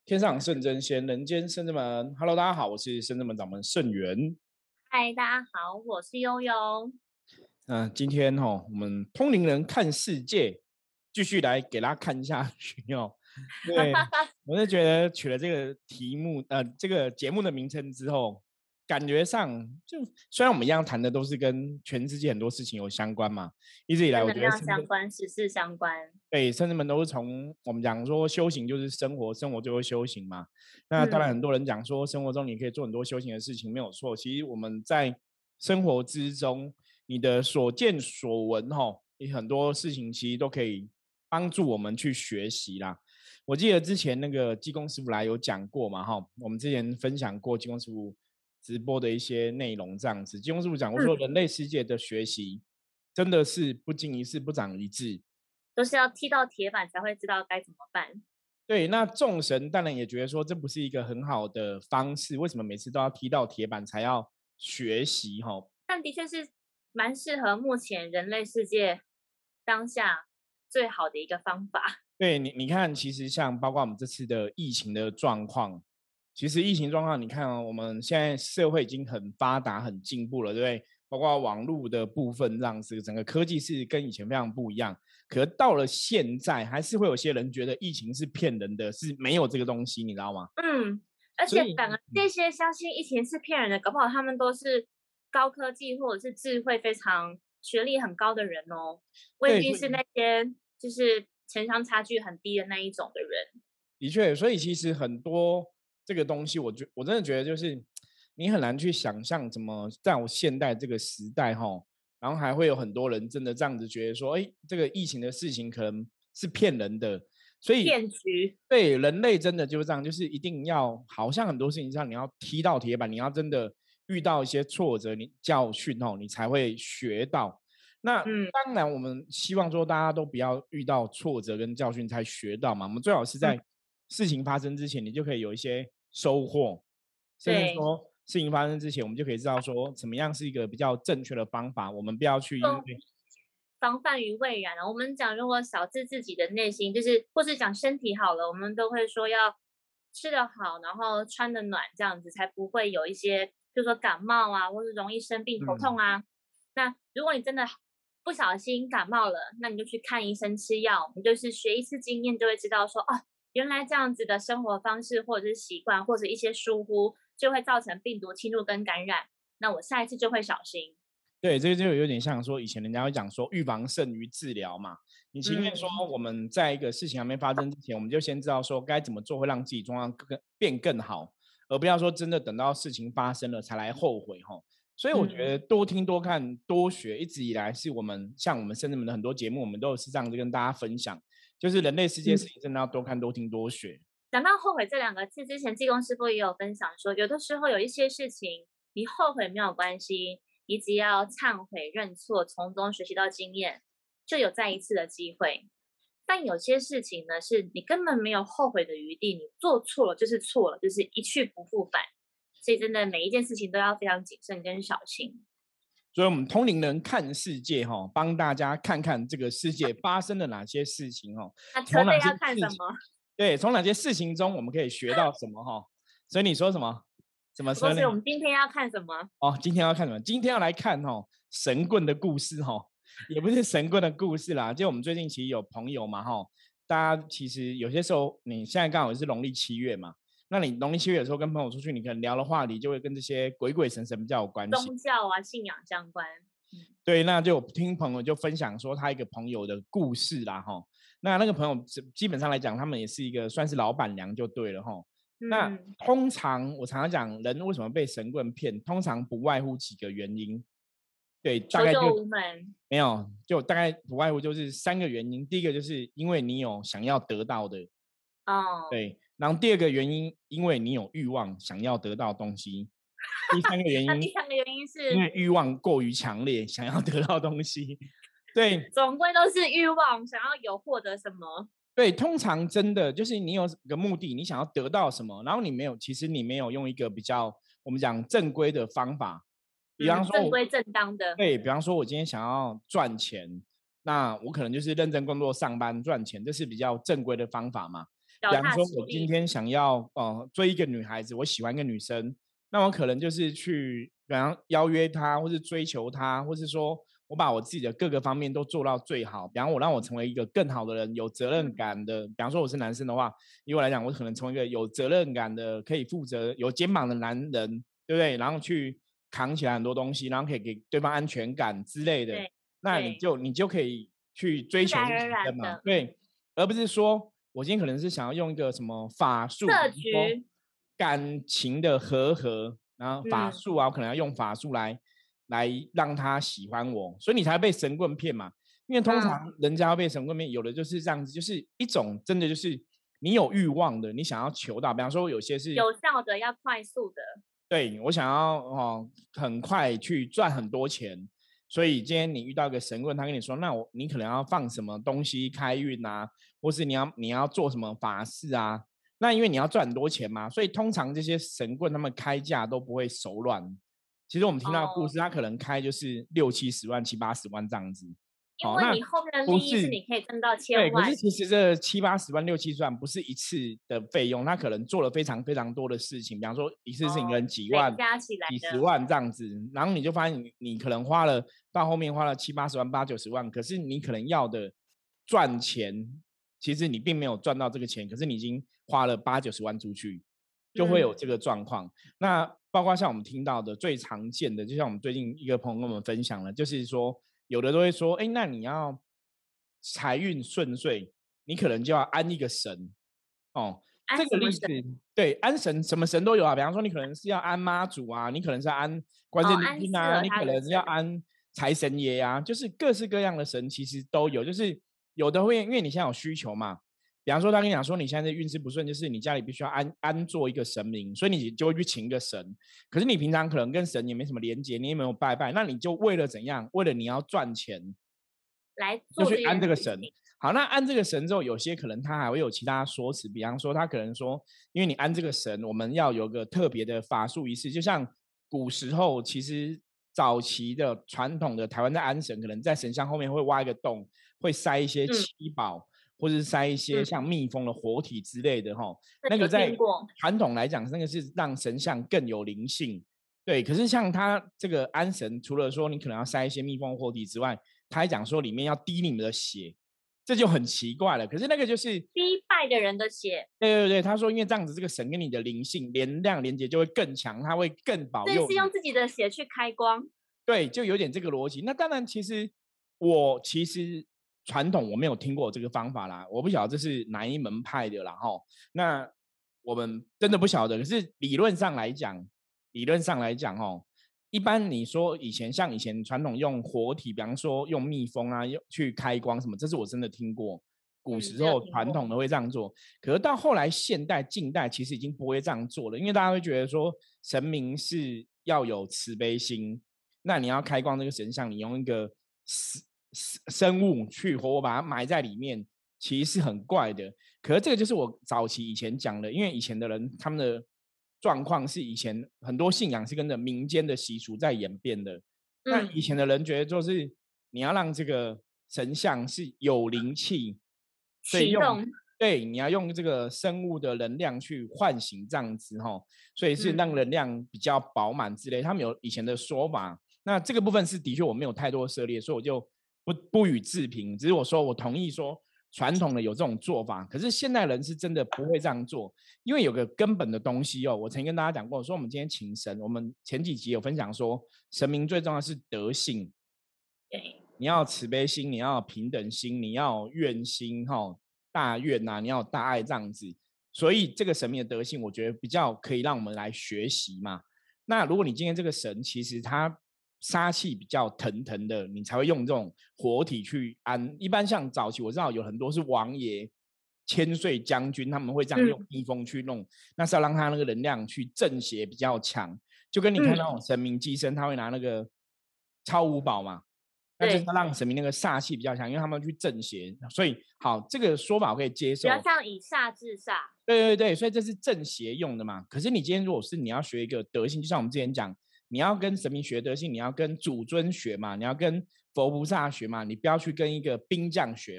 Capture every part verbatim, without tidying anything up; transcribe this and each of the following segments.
天上圣真仙，人间圣真门。Hello，大家好，我是圣真门掌门圣元。 嗨，大家好，我是悠悠。 那、呃、今天哦，我们通灵人看世界，继续来给大家看下去哦。对，我是觉得取了这个题目，呃，这个节目的名称之后，感觉上就虽然我们一样谈的都是跟全世界很多事情有相关嘛，一直以来我正能量觉得圣真相关，时事相关。 对，圣人们都是从我们讲说修行就是生活，生活就会修行嘛。那当然，很嗯， 多人讲说生活中你可以做很多修行的事情，没有错。其实我们在生活之中，你的所见所闻，哈，你很多事情其实都可以帮助我们去学习啦。我记得之前那个济公师傅来有讲过嘛，哈，我们之前分享过济公师傅直播的一些内容，这样子。济公师傅讲过说， 嗯， 人类世界的学习真的是不经一事不长一智。 都是要踢到铁板才会知道该怎么办。 对，那众神当然也觉得说这不是一个很好的方式，为什么每次都要踢到铁板才要学习？哈， 但的确是蛮适合目前人类世界当下最好的一个方法。 对你，你看，其实像包括我们这次的疫情的状况，其实疫情状况，你看哦，我们现在社会已经很发达、很进步了，对不对？包括网络的部分，让这个整个科技是跟以前非常不一样。可到了现在，还是会有些人觉得疫情是骗人的，是没有这个东西，你知道吗？ 嗯，而所以， 且反而这些相信疫情是骗人的，搞不好他们都是高科技或者是智慧非常、学历很高的人哦，未对，所以必是那些就是城乡差距很低的那一种的人。 的确，所以其实很多这个东西，我觉我真的觉得就是你很难去想象怎么在我现代这个时代哈，然后还会有很多人真的这样子觉得说，哎，这个疫情的事情可能是骗人的，所以骗局。 对人类真的就是这样，就是一定要好像很多事情上你要踢到铁板，你要真的遇到一些挫折、你教训哦，你才会学到。那嗯当然，我们希望说大家都不要遇到挫折跟教训才学到嘛，我们最好是嗯， 在事情发生之前，你就可以有一些收获，甚至对。 说事情发生之前，我们就可以知道说怎么样是一个比较正确的方法。我们不要去因就为防范于未然啊。我们讲，如果小至自己的内心，就是或是讲身体好了，我们都会说要吃得好，然后穿得暖，这样子才不会有一些，就说感冒啊，或是容易生病、头痛嗯， 啊。那如果你真的不小心感冒了，那你就去看医生吃药，你就是学一次经验，就会知道说，哦，原来这样子的生活方式或者是习惯，或者一些疏忽，就会造成病毒侵入跟感染。那我下一次就会小心。 对，这个就有点像说以前人家会讲说预防胜于治疗嘛。你情愿说嗯我们在一个事情还没发生之前，我们就先知道说该怎么做会让自己状况更变更好，而不要说真的等到事情发生了才来后悔哈。所以我觉嗯。 得多听多看多学，一直以来是我们像我们甚至们的很多节目，我们都是这样子跟大家分享，就是人类世界事嗯， 情真的要多看多听多学。 讲到后悔这两个字，之前技工师傅也有分享说，有的时候有一些事情你后悔没有关系，你只要忏悔认错，从中学习到经验，就有再一次的机会。但有些事情呢，是你根本没有后悔的余地，你做错了就是错了，就是一去不复返。所以真的每一件事情都要非常谨慎跟小心。 所以，我们通灵人看世界哈，帮大家看看这个世界发生了哪些事情哈， 那车从哪队要看些事情什么？ 对，从哪些事情中我们可以学到什么哈？所以你说什么？什么车呢？ 我说是我们今天要看什么？ 哦，今天要看什么？今天要来看哦，神棍的故事哈，也不是神棍的故事啦，就我们最近其实有朋友嘛哈，大家其实有些时候，你现在刚好是农历七月嘛，那你农历七月的时候跟朋友出去，你可能聊的话题就会跟这些鬼鬼神神比较有关系。 宗教啊，信仰相关。嗯对，那就听朋友就分享说他一个朋友的故事啦哈。那那个朋友基本上来讲，他们也是一个算是老板娘就对了哈。那嗯， 通常我常常讲，人为什么被神棍骗，通常不外乎几个原因。对，大概就求救无门。 没有，就大概不外乎就是三个原因。第一个就是因为你有想要得到的， 哦， 对。然后第二个原因，因为你有欲望想要得到东西。第三个原因， 那第三个原因是因为欲望过于强烈，想要得到东西。对总归都是欲望，想要有获得什么。 对，通常真的就是你有个目的，你想要得到什么，然后你没有，其实你没有用一个比较我们讲正规的方法，比方嗯， 说我， 正规正当的。 对，比方说我今天想要赚钱，那我可能就是认真工作上班赚钱，这是比较正规的方法嘛。 脚比方说， 踏实地。 我今天想要呃追一个女孩子，我喜欢一个女生，那我可能就是去，比方邀约她，或是追求她，或是说我把我自己的各个方面都做到最好。比方我让我成为一个更好的人，有责任感的。比方说我是男生的话，以我来讲，我可能成为一个有责任感的、可以负责、有肩膀的男人，对不对？然后去扛起来很多东西，然后可以给对方安全感之类的。 对那你对， 就你就可以去追求这个自然而女生嘛， 然的对，而不是说我今天可能是想要用一个什么法术，比设如说局。 感情的和合，然后法嗯， 术啊，我可能要用法术来来让他喜欢我，所以你才会被神棍骗嘛。因为通常嗯， 人家要被神棍骗，有的就是这样子，就是一种真的就是你有欲望的，你想要求到，比方说有些是有效的要快速的。 对我想要哦很快去赚很多钱，所以今天你遇到一个神棍，他跟你说，那我你可能要放什么东西开运啊，或是你要你要做什么法事啊，那因为你要赚很多钱嘛，所以通常这些神棍他们开价都不会手软。其实我们听到的故哦， 事，他可能开就是六七十万、七八十万这样子。好、哦那因为你后面的利益是不是你可以挣到对， 千万。 可是其实这七八十万、六七十万不是一次的费用，他可能做了非常非常多的事情，比方说一次性可哦， 能几万、 累加起来几十的。 万这样子，然后你就发现你你可能花了到后面花了七八十万、八九十万，可是你可能要的赚钱，其实你并没有赚到这个钱，可是你已经花了八九十万出去，就会有嗯， 这个状况。那包括像我们听到的最常见的，就像我们最近一个朋友跟我们分享了，就是说有的都会说，哎，那你要财运顺遂，你可能就要安一个神哦。这个例子， 安什么神？ 对，安神什么神都有啊。比方说，你可能是要安妈祖啊，你可能是要安关哦， 圣帝安君啊， 适合你可能他的神。 要安财神爷啊，就是各式各样的神其实都有。就是有的会因为你现在有需求嘛，比方说他跟你讲说你现在运势不顺，就是你家里必须要安安做一个神明，所以你就会去请一个神。可是你平常可能跟神也没什么连接，你也没有拜拜，那你就为了怎样？为了你要赚钱， 来就去做这件安这个神。 事情。 好，那安这个神之后，有些可能他还会有其他说辞，比方说他可能说，因为你安这个神，我们要有个特别的法术仪式，就像古时候其实早期的传统的台湾在安神，可能在神像后面会挖一个洞，会塞一些嗯七宝，或者是塞一些嗯， 像蜜蜂的活体之类的哈。 这有那个在听过。 传统来讲，那个是让神像更有灵性。对，可是像他这个安神，除了说你可能要塞一些蜜蜂活体之外，他还讲说里面要滴你们的血，这就很奇怪了。可是那个就是， 逼败的人的血。 对对对，他说因为这样子，这个神跟你的灵性连量连接就会更强，他会更保这是用佑你。 自己的血去开光。 对，就有点这个逻辑。那当然，其实我其实传统我没有听过这个方法啦，我不晓得这是哪一门派的啦哈。那我们真的不晓得。可是理论上来讲，理论上来讲哦，一般你说以前像以前传统用活体，比方说用蜜蜂啊，用去开光什么，这是我真的听过。古嗯， 时这有候听过。 传统的会这样做，可是到后来现代、近代其实已经不会这样做了，因为大家会觉得说神明是要有慈悲心，那你要开光这个神像，你用一个生物去活活把它埋在里面，其实是很怪的。可是这个就是我早期以前讲的，因为以前的人他们的状况是以前很多信仰是跟着民间的习俗在演变的。那嗯， 以前的人觉得就是你要让这个神像是有灵气，所以用启动。 对你要用这个生物的能量去唤醒这样子哈，所以是嗯， 让能量比较饱满之类。他们有以前的说法，那这个部分是的确我没有太多涉猎，所以我就不不予置评。只是我说我同意说传统的有这种做法，可是现代人是真的不会这样做，因为有个根本的东西哦。我曾经跟大家讲过，说我们今天请神，我们前几集有分享说，神明最重要的是德性， 对。 你要慈悲心，你要平等心，你要愿心哈，大愿呐、啊，你要大爱这样子。所以这个神明的德性，我觉得比较可以让我们来学习嘛。那如果你今天这个神其实他杀气比较腾腾的，你才会用这种活体去安。一般像早期我知道有很多是王爷、千岁将军，他们会这样用嗯蜜蜂去弄，那是要让他那个能量去正邪比较强。就跟你看那嗯， 种神明寄生，他会拿那个超五宝嘛，那就是对， 让神明那个煞气比较强，因为他们去正邪，所以好这个说法我可以接比较受。 像以煞制煞。 对对对，所以这是正邪用的嘛。可是你今天如果是你要学一个德性，就像我们之前讲，你要跟神明学德性，你要跟祖尊学嘛，你要跟佛菩萨学嘛，你不要去跟一个兵将学嘛。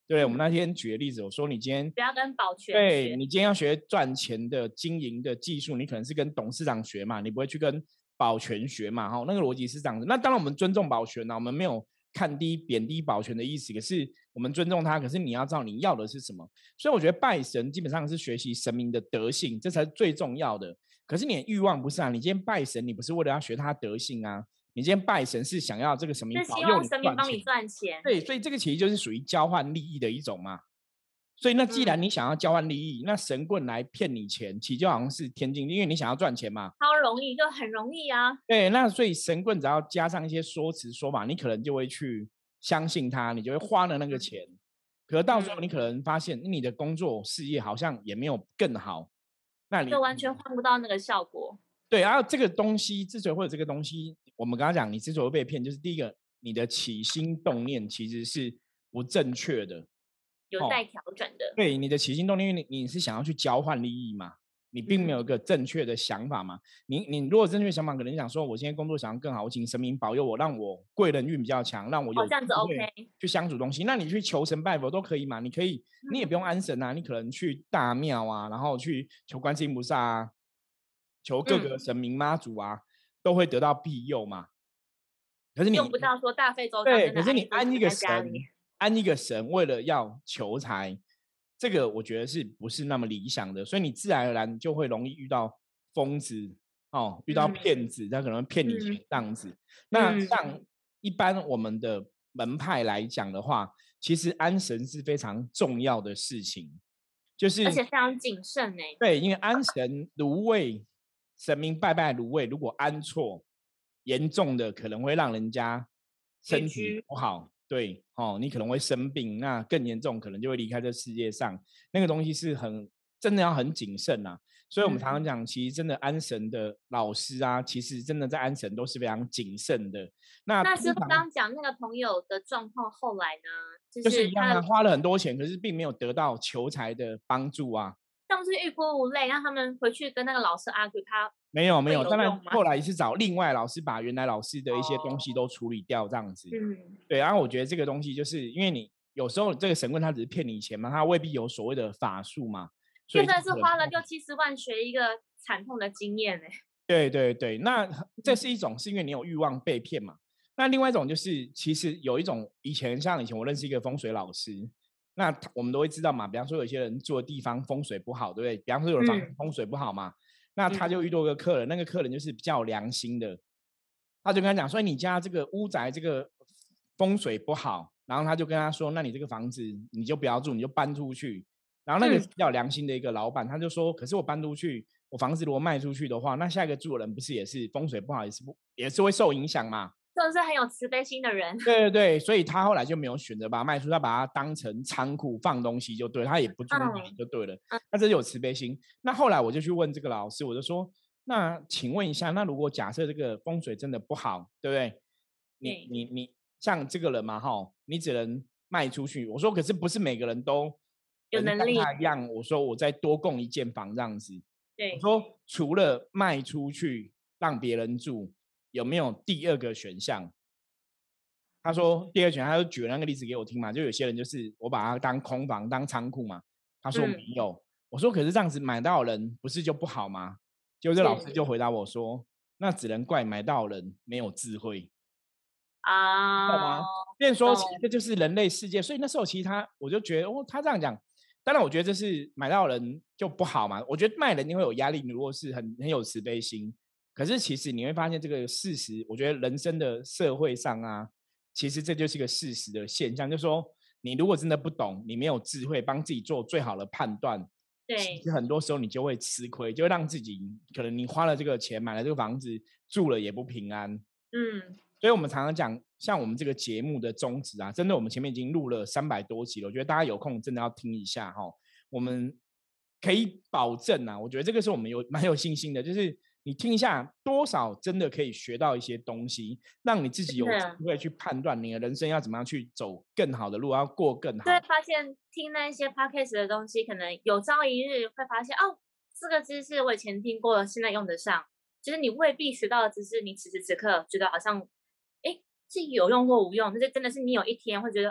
对不对？我们那天举的例子，我说你今天不要跟保全学， 对你今天要学赚钱的经营的技术，你可能是跟董事长学嘛，你不会去跟保全学嘛，哈，那个逻辑是这样子。那当然我们尊重保全啊，我们没有看低贬低保全的意思，可是我们尊重他，可是你要知道你要的是什么。所以我觉得拜神基本上是学习神明的德性，这才是最重要的。可是你的欲望不是啊，你今天拜神，你不是为了要学他德性啊，你今天拜神是想要这个神明保佑你神明帮你赚钱。 对，所以这个其实就是属于交换利益的一种嘛。所以那既然你想要交换利益，嗯、那神棍来骗你钱，其实就好像是天经，因为你想要赚钱嘛， 超容易，就很容易啊。 对，那所以神棍只要加上一些说辞说法，你可能就会去相信他，你就会花了那个钱。嗯、可是到时候你可能发现你的工作事业好像也没有更好，那你就完全换不到那个效果。 对，然后这个东西之所以会有这个东西，我们刚刚讲，你之所以会被骗，就是第一个，你的起心动念其实是不正确的。 有待调整的、哦， 对你的起心动念，因为你你是想要去交换利益嘛，你并没有一个正确的想法嘛。嗯、你你如果正确的想法，可能想说，我现在工作想要更好，我请神明保佑我，让我贵人运比较强，让我有这样子 OK 去相处东西。那你去求神拜佛都可以嘛，你可以，你也不用安神啊，你可能去大庙啊，然后去求观世音菩萨啊，求各个神明妈祖啊，嗯、都会得到庇佑嘛。可是你用不到说大费周章， 对，可是你安一个神。安一个神为了要求财，这个我觉得是不是那么理想的？所以你自然而然就会容易遇到疯子哦，遇到骗子，他、嗯、可能骗你钱这样子。嗯、那像一般我们的门派来讲的话，其实安神是非常重要的事情，就是而且非常谨慎哎。 对，因为安神炉位，神明拜拜炉位，如果安错，严重的可能会让人家身体不好。对，哦，你可能会生病，那更严重，可能就会离开这世界上。那个东西是很真的要很谨慎啊。所以我们常常讲，其实真的安神的老师啊，其实真的在安神都是非常谨慎的。那那师傅刚讲那个朋友的状况，后来呢， 就是、就是一样啊，花了很多钱，可是并没有得到求财的帮助啊。 他们是欲哭无泪，让他们回去跟那个老师 argue， 他没有没有，当然后来是找另外老师把原来老师的一些东西都处理掉，这样子。嗯，对。然后我觉得这个东西就是因为你有时候这个神棍他只是骗你钱嘛，他未必有所谓的法术嘛。 所以真的是花了六七十万学一个惨痛的经验呢。 对对对，那这是一种是因为你有欲望被骗嘛。那另外一种就是其实有一种以前像以前我认识一个风水老师。那我们都会知道嘛，比方说有些人住的地方风水不好，对不对？比方说有的房子风水不好嘛，嗯、那他就遇到一个客人，那个客人就是比较有良心的，他就跟他讲说，你家这个屋宅这个风水不好，然后他就跟他说，那你这个房子你就不要住，你就搬出去。然后那个比较良心的一个老板，他就说，可是我搬出去，我房子如果卖出去的话，那下一个住的人不是也是风水不好，也是不也是会受影响嘛？ 真的是很有慈悲心的人。 对对对，所以他后来就没有选择把它卖出，他把它当成仓库放东西就对了，他也不住那里就对了。嗯、那这就有慈悲心。那后来我就去问这个老师，我就说，那请问一下，那如果假设这个风水真的不好，对不对？你你你像这个人嘛，哈，你只能卖出去。我说，可是不是每个人都有能力他一样。我说，我再多供一间房这样子。 对， 我说，除了卖出去让别人住，有没有第二个选项？他说第二选项，他就举了那个例子给我听嘛，就有些人就是我把它当空房当仓库嘛。他说没有。嗯、我说可是这样子买到人不是就不好吗？结果这老师就回答我说，那只能怪买到人没有智慧啊。懂吗？变说其实这就是人类世界。所以那时候其实他我就觉得哦，他这样讲，当然我觉得这是买到人就不好嘛。我觉得卖人你会有压力，你如果是很很有慈悲心，可是其实你会发现这个事实，我觉得人生的社会上啊。其实这就是一个事实的现象，就是说，你如果真的不懂，你没有智慧帮自己做最好的判断， 对， 其实很多时候你就会吃亏，就会让自己可能你花了这个钱买了这个房子住了也不平安。嗯，所以我们常常讲，像我们这个节目的宗旨啊，真的我们前面已经录了三百多集了，我觉得大家有空真的要听一下哈。我们可以保证啊，我觉得这个是我们有蛮有信心的，就是你听一下，多少真的可以学到一些东西，让你自己有机会去判断你的人生要怎么样去走更好的路，要过更好。 对，发现听那些 podcast 的东西，可能有朝一日会发现，哦，这个知识我以前听过了，现在用得上。就是你未必学到的知识，你此时此刻觉得好像，哎，是有用或无用，但是真的是你有一天会觉得，哦，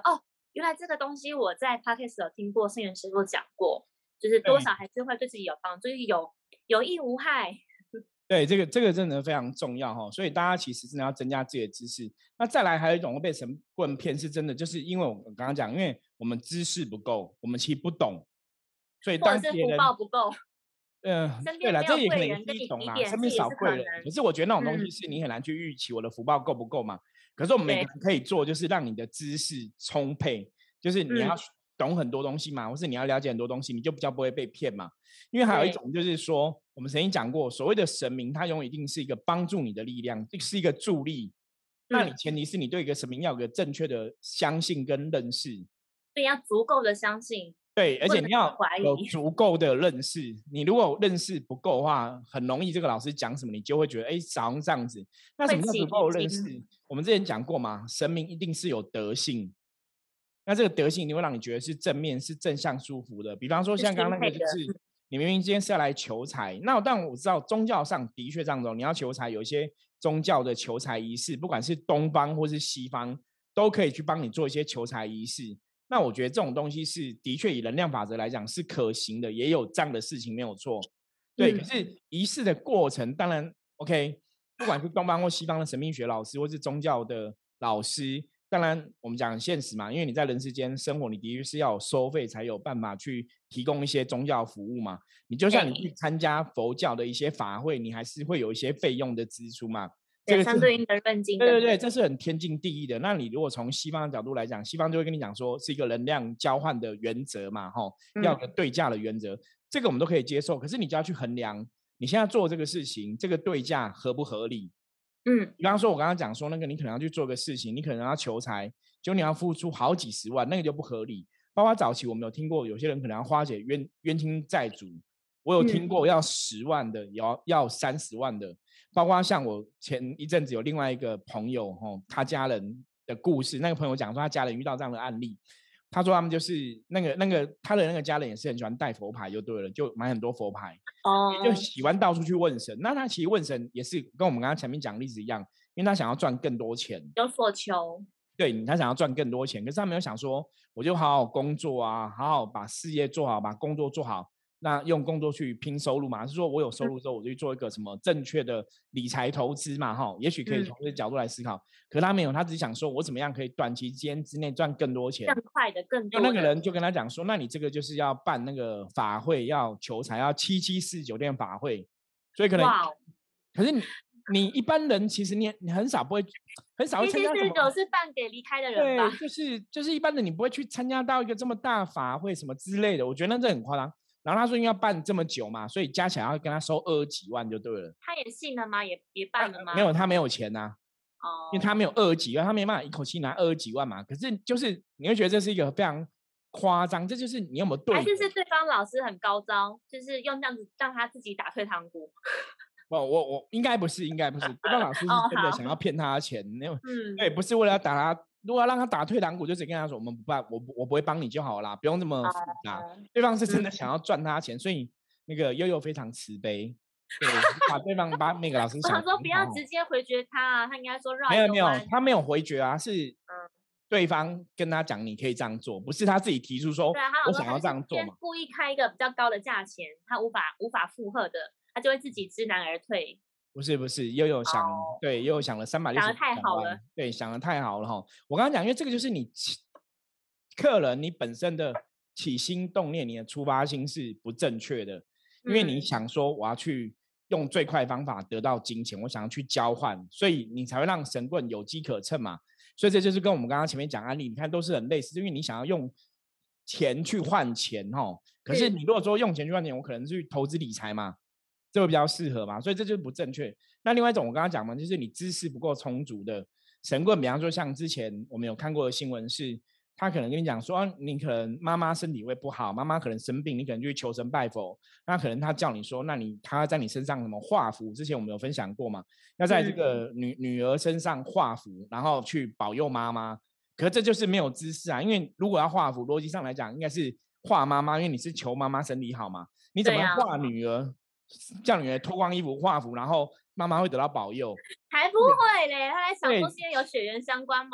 原来这个东西我在 podcast 有听过圣元师傅讲过，就是多少还是会对自己有帮助，就是有有益无害。 对，这个这个真的非常重要哈，所以大家其实真的要增加自己的知识。那再来还有一种会被神棍骗，是真的，就是因为我刚刚讲，因为我们知识不够，我们其实不懂，所以或者是福当别人报不够， 嗯、呃， 身对了， 边没有贵这也可能也人跟你提是一种啦，身点，这边也是可能。 少贵人。可是我觉得那种东西嗯， 是你很难去预期我的福报够不够嘛。可是我们每个对， 人可以做，就是让你的知识充沛，就是你要嗯， 懂很多东西嘛，或是你要了解很多东西，你就比较不会被骗嘛。因为还有一对， 种就是说，我们曾经讲过，所谓的神明，它永远一定是一个帮助你的力量，是一个助力。那你嗯， 前提是你对一个神明要有个正确的相信跟认识。 所以要足够的相信， 对，而不能且你要怀有疑。 足够的认识。你如果认识不够的话，很容易这个老师讲什么，你就会觉得哎，好像这样子。那什么叫足会起疑够的认识？ 心。 我们之前讲过嘛，神明一定是有德性。那这个德性一定会让你觉得是正面、是正向、舒服的。比方说， 是像刚刚那个， 钦佩的， 就是你明明今天是要来求财，那但我知道宗教上的确这样子，你要求财，有一些宗教的求财仪式，不管是东方或是西方，都可以去帮你做一些求财仪式。那我觉得这种东西是的确以能量法则来讲是可行的，也有这样的事情没有错。对，可嗯， 是仪式的过程，当然 OK，不管是东方或西方的神秘学老师，或是宗教的老师，当然我们讲现实嘛，因为你在人世间生活，你的确是要有收费才有办法去提供一些宗教服务嘛。你就算你去参加佛教的一些法会，你还是会有一些费用的支出嘛。这对， 个是相对应的认金对对对， 等等。 这是很天经地义的。那你如果从西方的角度来讲，西方就会跟你讲说是一个能量交换的原则嘛，吼，要有个对价的原则，这个我们都可以接受。可是你就要去衡量你现在做这个事情，这个对价合不合理？ 嗯， 比方说，我刚刚讲说那个，你可能要去做个事情，你可能要求财，就你要付出好几十万，那个就不合理。包括早期我们有听过，有些人可能要花解冤冤亲债主，我有听嗯， 过要十万的，要要三十万的。包括像我前一阵子有另外一个朋友，哦，他家人的故事，那个朋友讲说他家人遇到这样的案例，他说他们就是那个那个他的那个家人也是很喜欢带佛牌，就对了，就买很多佛牌，就哦， 喜欢到处去问神。那他其实问神也是跟我们刚刚前面讲的例子一样，因为他想要赚更多钱。 有所求。 对，他想要赚更多钱，可是他没有想说，我就好好工作啊，好好把事业做好，把工作做好，那用工作去拼收入嘛？是说我有收入之后，我就去做一个什么正确的理财投资嘛？哈，也许可以从这个角度来思考。嗯、可是他没有，他只想说我怎么样可以短期间之内赚更多钱， 更快的、更就多的。 那个人就跟他讲说，那你这个就是要办那个法会，要求财，要七七四酒店法会，所以可能， 哇， 可是你你一般人其实你你很少不会，很少会七七参加什么。 四九是办给离开的人吧？ 对，就是就是一般的，你不会去参加到一个这么大法会什么之类的，我觉得那这很夸张。然后他说因为要办这么久嘛，所以加起来要跟他收二十几万就对了。 他也信了吗？也也办了吗？ 没有，他没有钱呐、啊， 哦， 因为他没有二十几万，他没办法一口气拿二十几万嘛。可是就是你会觉得这是一个非常夸张，这就是你有没有对？ 还是是对方老师很高招，就是用这样子让他自己打退堂鼓。 我我我应该不是，应该不是，对方老师是真的想要骗他的钱，那、哦、 嗯， 对，不是为了要打他。如果要让他打退堂鼓，就直接跟他说我们不办，我我不会帮你就好啦，不用这么复杂。 哦、 对方是真的想要赚他钱，所以那个悠悠非常慈悲，对，把对方把每个老师想。 我想说不要直接回绝他啊，他应该说绕没有没有， 一个弯。 他没有回绝啊，是嗯， 对方跟他讲你可以这样做，不是他自己提出说对啊，他我想要这样做嘛。 故意开一个比较高的价钱，他无法无法负荷的，他就会自己知难而退。 不是不是，又有想、哦、对，又有想了三百六十， 想的太好了， 对，想的太好了哈。我刚刚讲，因为这个就是你客人你本身的起心动念，你的出发心是不正确的，因为你想说我要去用最快方法得到金钱，我想要去交换，所以你才会让神棍有机可乘嘛。所以这就是跟我们刚刚前面讲案例，你看都是很类似，因为你想要用钱去换钱哈。可是你如果说用钱去换钱，我可能去投资理财嘛。这会比较适合嘛，所以这就是不正确。那另外一种我刚刚讲嘛，就是你知识不够充足的神棍，比方说像之前我们有看过的新闻是，他可能跟你讲说、啊、你可能妈妈身体会不好，妈妈可能生病，你可能就去求神拜佛，那可能他叫你说，那你他在你身上什么画符，之前我们有分享过嘛，要在这个女、嗯、女儿身上画符，然后去保佑妈妈。可是这就是没有知识啊，因为如果要画符，逻辑上来讲应该是画妈妈，因为你是求妈妈身体好嘛，你怎么画女儿？啊，叫女儿脱光衣服画符，然后妈妈会得到保佑， 才不会嘞！他在想说，现在有血缘相关吗？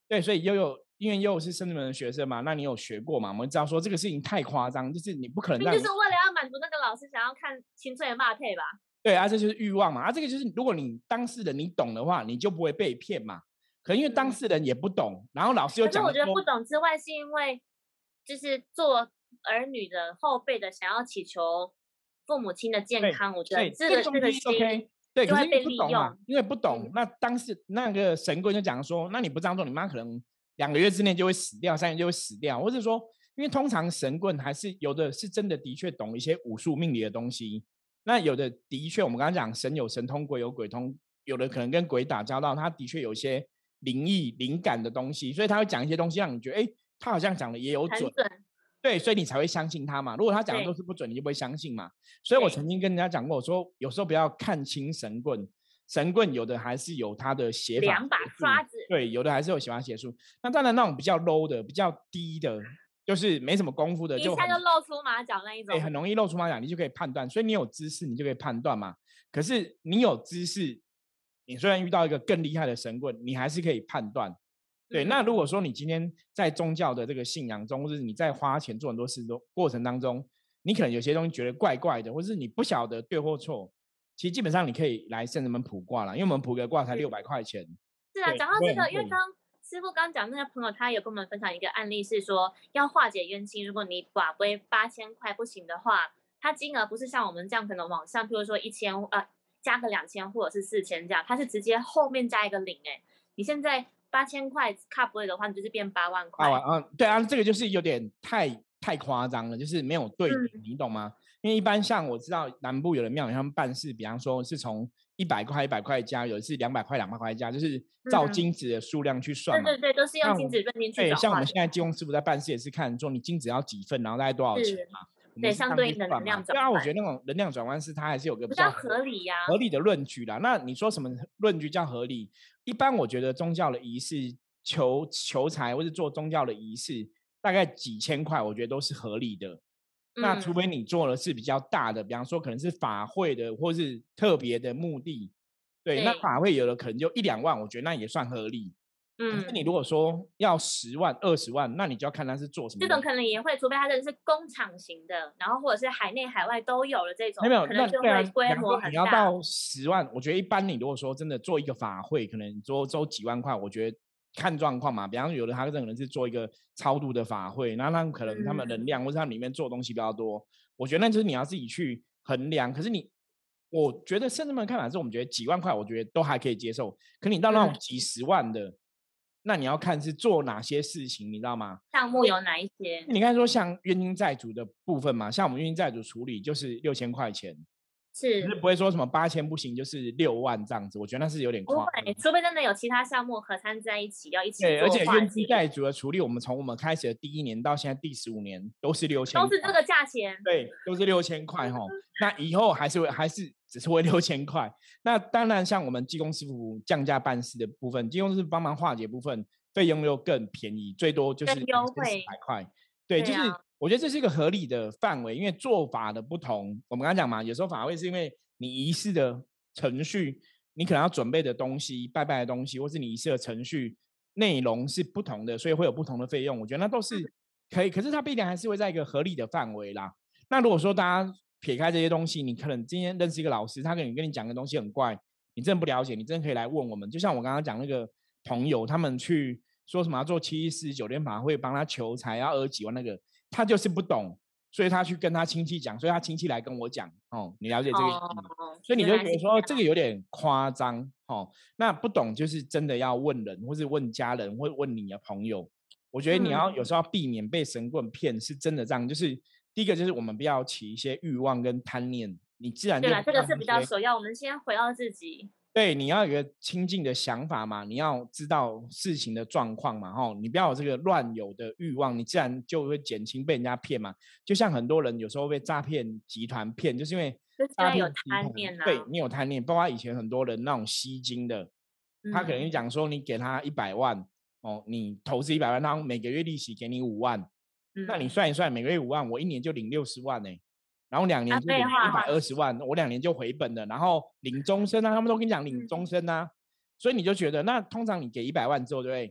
对，所以悠悠因为悠悠是圣智门的学生嘛，那你有学过嘛？我们知道说这个事情太夸张，就是你不可能那让就是为了要满足那个老师想要看青春的骂配吧？ 对啊，这就是欲望嘛。啊，这个就是如果你当事人你懂的话，你就不会被骗嘛。可能因为当事人也不懂，然后老师又讲说， 可是我觉得不懂之外，是因为就是做儿女的后辈的想要祈求父母亲的健康，我觉得这个这个心 OK， 对，可是因为不懂嘛，因为不懂， 嗯、 那当时那个神棍就讲说，那你不这样做，你妈可能两个月之内就会死掉，三个月就会死掉，或者说，因为通常神棍还是有的是真的的确懂一些武术命理的东西，那有的的确我们刚刚讲神有神通，鬼有鬼通，有的可能跟鬼打交道，他的确有一些灵异灵感的东西，所以他会讲一些东西让你觉得，哎，他好像讲的也有准。对，所以你才会相信他嘛。如果他讲的都是不准，你就不会相信嘛。所以我曾经跟人家讲过，我说有时候不要看清神棍，神棍有的还是有他的写法， 两把刷子。 对，有的还是有写法写书。那当然那种比较 low 的、比较低的，就是没什么功夫的，就一下就露出马脚那一种， 对，很容易露出马脚，你就可以判断。所以你有知识，你就可以判断嘛。可是你有知识，你虽然遇到一个更厉害的神棍，你还是可以判断。对，那如果说你今天在宗教的这个信仰中，或者你在花钱做很多事的过程当中，你可能有些东西觉得怪怪的，或者是你不晓得对或错，其实基本上你可以来圣人们卜卦啦，因为我们卜个卦才六百块钱。 是啊，讲到这个，因为刚师傅刚讲那个朋友，他有跟我们分享一个案例，是说要化解冤亲，如果你把杯八千块不行的话，它金额不是像我们这样可能往上，譬如说一千呃加个两千或者是四千这样，它是直接后面加一个零哎、欸，你现在。八千块卡不会的话，你就是变八万块。 八万，嗯，对啊，这个就是有点太太夸张了，就是没有对比，嗯、你懂吗？因为一般像我知道南部有的庙，他们办事，比方说是从一百块一百块加，有的是两百块两百块加，就是照金子的数量去算嘛。 嗯、对对对，都是用金子论金去转化。 对，像我们现在技工师傅在办事也是看说你金子要几份，然后大概多少钱嘛。 对，相对应的能量转换。 对啊，我觉得那种能量转换是它还是有个比较合理呀、啊、 合理的论据啦。那你说什么论据叫合理？一般我觉得宗教的仪式。求求财或是做宗教的仪式，大概几千块，我觉得都是合理的。嗯、那除非你做的是比较大的，比方说可能是法会的，或是特别的目的，对，对那法会有的可能就一两万，我觉得那也算合理。嗯，可是你如果说要十万、二十万，那你就要看他是做什么。 这种可能也会，除非他真的是工厂型的，然后或者是海内海外都有的这种， 没有， 可能就会规模很大。 你要到十万，我觉得一般你如果说真的做一个法会，可能做周几万块，我觉得。看状况嘛，比方说有的他可能是做一个超度的法会，然后他可能他们能量、嗯、或者他里面做的东西比较多，我觉得那就是你要自己去衡量。可是你，我觉得甚至们看法是，我们觉得几万块，我觉得都还可以接受。可你到那种几十万的，嗯、那你要看是做哪些事情，你知道吗？ 项目有哪一些？ 你看说像冤亲债主的部分嘛，像我们冤亲债主处理就是六千块钱。 是， 是不会说什么八千不行，就是六万这样子，我觉得那是有点夸张。 除非真的有其他项目合参在一起，要一起做。 对，而且冤亲债主的处理，我们从我们开始的第一年到现在第十五年都是六千， 都是这个价钱。 对，都是六千块哈。那以后还是会还是只是会六千块。那当然，像我们技工师傅降价办事的部分，技工师傅帮忙化解部分，费用又更便宜，最多就是优惠四百块。对，就是。我觉得这是一个合理的范围，因为做法的不同，我们刚刚讲嘛，有时候法会是因为你仪式的程序，你可能要准备的东西、拜拜的东西，或是你仪式的程序内容是不同的，所以会有不同的费用。我觉得那都是可以，可是它必然还是会在一个合理的范围啦。那如果说大家撇开这些东西，你可能今天认识一个老师，他跟你跟你讲的东西很怪，你真的不了解，你真的可以来问我们。就像我刚刚讲那个朋友，他们去说什么要做七四十九天法会，帮他求财，要二几万那个。他就是不懂，所以他去跟他亲戚讲，所以他亲戚来跟我讲，哦，你了解这个意思吗？哦、所以你就觉得说这个有点夸张，哦，那不懂就是真的要问人，或是问家人，或问你的朋友。我觉得你要有时候要避免被神棍骗，是真的这样。就是第一个就是我们不要起一些欲望跟贪念，你自然就对了，这个是比较首要。我们先回到自己。 对，你要有一个清净的想法嘛，你要知道事情的状况嘛，吼，你不要有这个乱有的欲望，你自然就会减轻被人家骗嘛。就像很多人有时候被诈骗集团骗，就是因为诈骗集团，对你有贪念，包括以前很多人那种吸金的，他可能讲说你给他一百万，哦，你投资一百万，他每个月利息给你五万，嗯、那你算一算，每个月五万，我一年就领六十万呢、欸。然后两年就领一百二十万，我两年就回本了，然后领终身啊，他们都跟你讲领终身啊，所以你就觉得那通常你给一百万之后，对不对？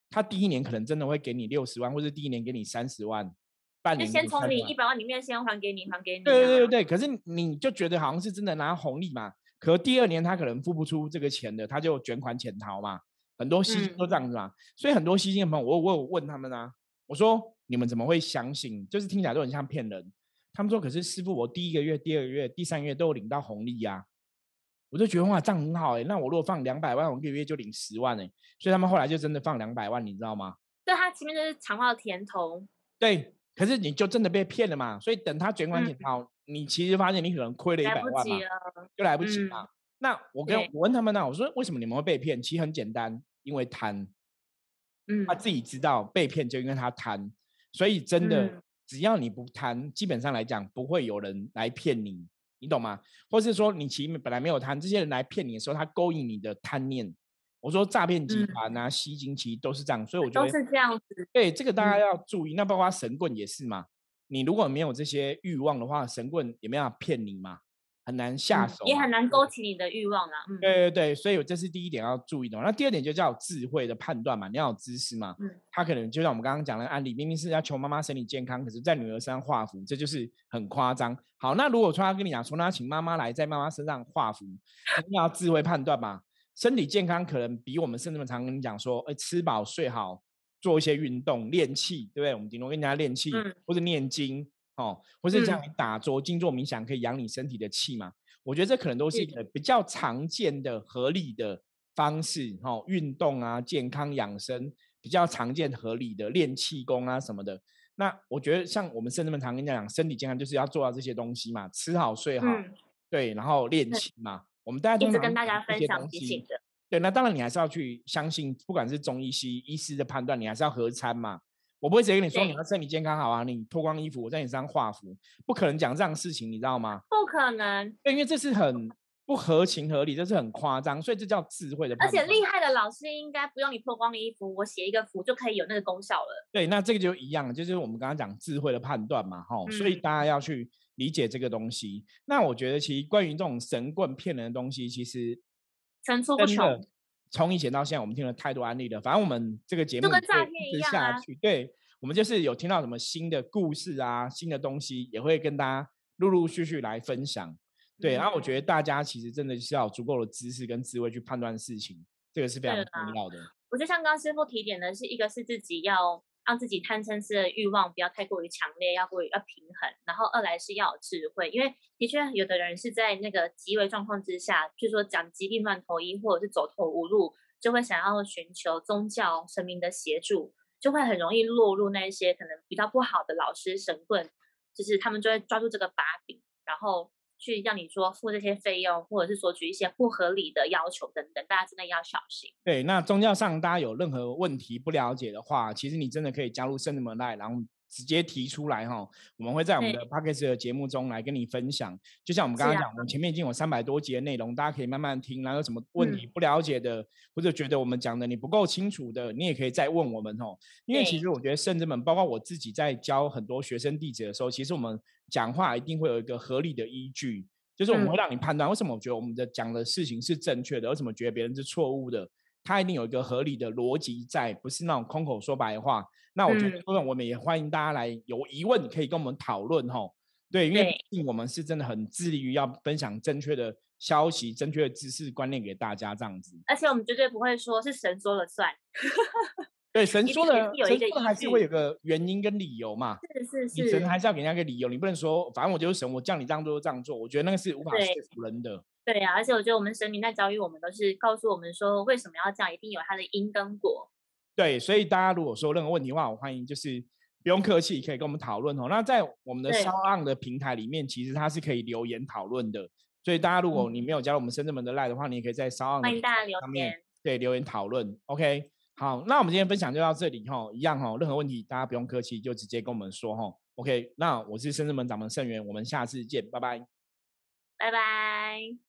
他第一年可能真的会给你六十万，或者第一年给你三十万，半就年给先从你你三十万。 一百万里面先还给你，还给你、啊。 对对对对，可是你就觉得好像是真的拿红利嘛，可第二年他可能付不出这个钱的，他就卷款潜逃嘛，很多吸金都这样子嘛，嗯、所以很多吸金的朋友，我我有问他们啊，我说你们怎么会相信？就是听起来都很像骗人。他们说，可是师傅，我第一个月、第二个月、第三个月都有领到红利啊，我就觉得哇，这样很好哎、欸。那我如果放两百万，我一个月就领十万哎、欸，所以他们后来就真的放两百万，你知道吗？ 对，他前面就是尝到甜头。 对。可是你就真的被骗了嘛？所以等他卷款潜逃、嗯，你其实发现你可能亏了一百万嘛，就来不及嘛。嗯、那我跟我问他们呢、啊，我说为什么你们会被骗？其实很简单，因为贪。嗯，他自己知道被骗就因为他贪，所以真的、嗯、只要你不贪，基本上来讲不会有人来骗你，你懂吗？或是说你其实本来没有贪，这些人来骗你的时候，他勾引你的贪念。我说诈骗集团啊、嗯、吸金其实都是这样，所以我觉得都是这样子。 对，这个大家要注意。嗯、那包括神棍也是嘛，你如果没有这些欲望的话，神棍也没办法骗你嘛，很难下手、嗯， 也很难勾起你的欲望啦。嗯， 对对对，所以这是第一点要注意的。那第二点就叫智慧的判断嘛，你要有知识嘛。嗯，他可能就像我们刚刚讲的案例，明明是要求妈妈身体健康，可是在女儿身上画符，这就是很夸张。好，那如果说他跟你讲说，那请妈妈来在妈妈身上画符，你要智慧判断嘛。身体健康可能比我们甚至常跟你讲说，哎，吃饱睡好，做一些运动，练气，对不对？我们顶多跟人家练气，嗯、或者念经，哦，或是这样打坐、静坐、冥想，可以养你身体的气嘛。我觉得这可能都是一个比较常见的、合理的方式，哦，运动啊、健康养生比较常见、合理的练气功啊什么的。那我觉得像我们甚至们常跟人家讲，身体健康就是要做到这些东西嘛，吃好睡好，嗯、对，然后练气嘛。我们大家通常一直跟大家分享提醒的。 对，那当然你还是要去相信，不管是中医西医医师的判断，你还是要合参嘛。我不会直接跟你说你要身体健康好啊，你脱光衣服我在你身上画符，不可能讲这样的事情，你知道吗？ 不可能， 对，因为这是很不合情合理，这是很夸张，所以这叫智慧的判断。 而且厉害的老师应该不用你脱光衣服，我写一个符就可以有那个功效了。 对，那这个就一样，就是我们刚刚讲智慧的判断嘛，嗯、所以大家要去理解这个东西。那我觉得其实关于这种神棍骗人的东西，其实层出不穷。 从以前到现在，我们听了太多案例了。反正我们这个节目就跟诈骗一样啊，对，我们就是有听到什么新的故事啊、新的东西，也会跟大家陆陆续续来分享。对，然后我觉得大家其实真的是要有足够的知识跟智慧去判断事情，这个是非常重要的。 我觉得像刚刚师傅提点的是，一个是自己要让自己贪嗔痴的欲望不要太过于强烈，要过于要平衡，然后二来是要有智慧，因为的确有的人是在那个极为状况之下，譬如说讲疾病乱投医或者是走投无路，就会想要寻求宗教神明的协助，就会很容易落入那些可能比较不好的老师神棍，就是他们就会抓住这个把柄，然后去让你说付这些费用，或者是索取一些不合理的要求等等，大家真的要小心。 对，那宗教上大家有任何问题不了解的话，其实你真的可以加入圣人门来，然后直接提出来哈，我们会在我们的 Podcast 的节目中来跟你分享。就像我们刚刚讲，啊、我们前面已经有三百多集的内容，大家可以慢慢听，然后有什么问题不了解的，嗯、或者觉得我们讲的你不够清楚的，你也可以再问我们哦。因为其实我觉得圣人门，包括我自己在教很多学生弟子的时候，其实我们讲话一定会有一个合理的依据。就是我们会让你判断，为什么我觉得我们的讲的事情是正确的，为什么觉得别人是错误的，它一定有一个合理的逻辑在，不是那种空口说白话。那我觉得我们也欢迎大家来有疑问可以跟我们讨论齁。对，因为毕竟我们是真的很致力于要分享正确的消息、正确的知识观念给大家这样子。 而且我们绝对不会说是神说了算。 对，神说的，神说的还是会有个原因跟理由嘛。 是是是， 你神还是要给人家一个理由，你不能说反正我就是神，我叫你这样做就这样做。我觉得那个是无法说服人的。 对啊，而且我觉得我们神明在教育我们，都是告诉我们说为什么要这样，一定有它的因跟果。 对，所以大家如果说任何问题的话，我欢迎就是不用客气，可以跟我们讨论哦。那在我们的SoundOn的平台里面，其实它是可以留言讨论的。所以大家如果你没有加入我们深圳门的 Line 的话，你也可以在SoundOn 欢迎大家留言， 对，留言讨论。OK。好，那我们今天分享就到这里哈，一样哈，任何问题大家不用客气，就直接跟我们说哈。OK，那我是深圳门掌门盛元，我们下次见，拜拜， 拜拜。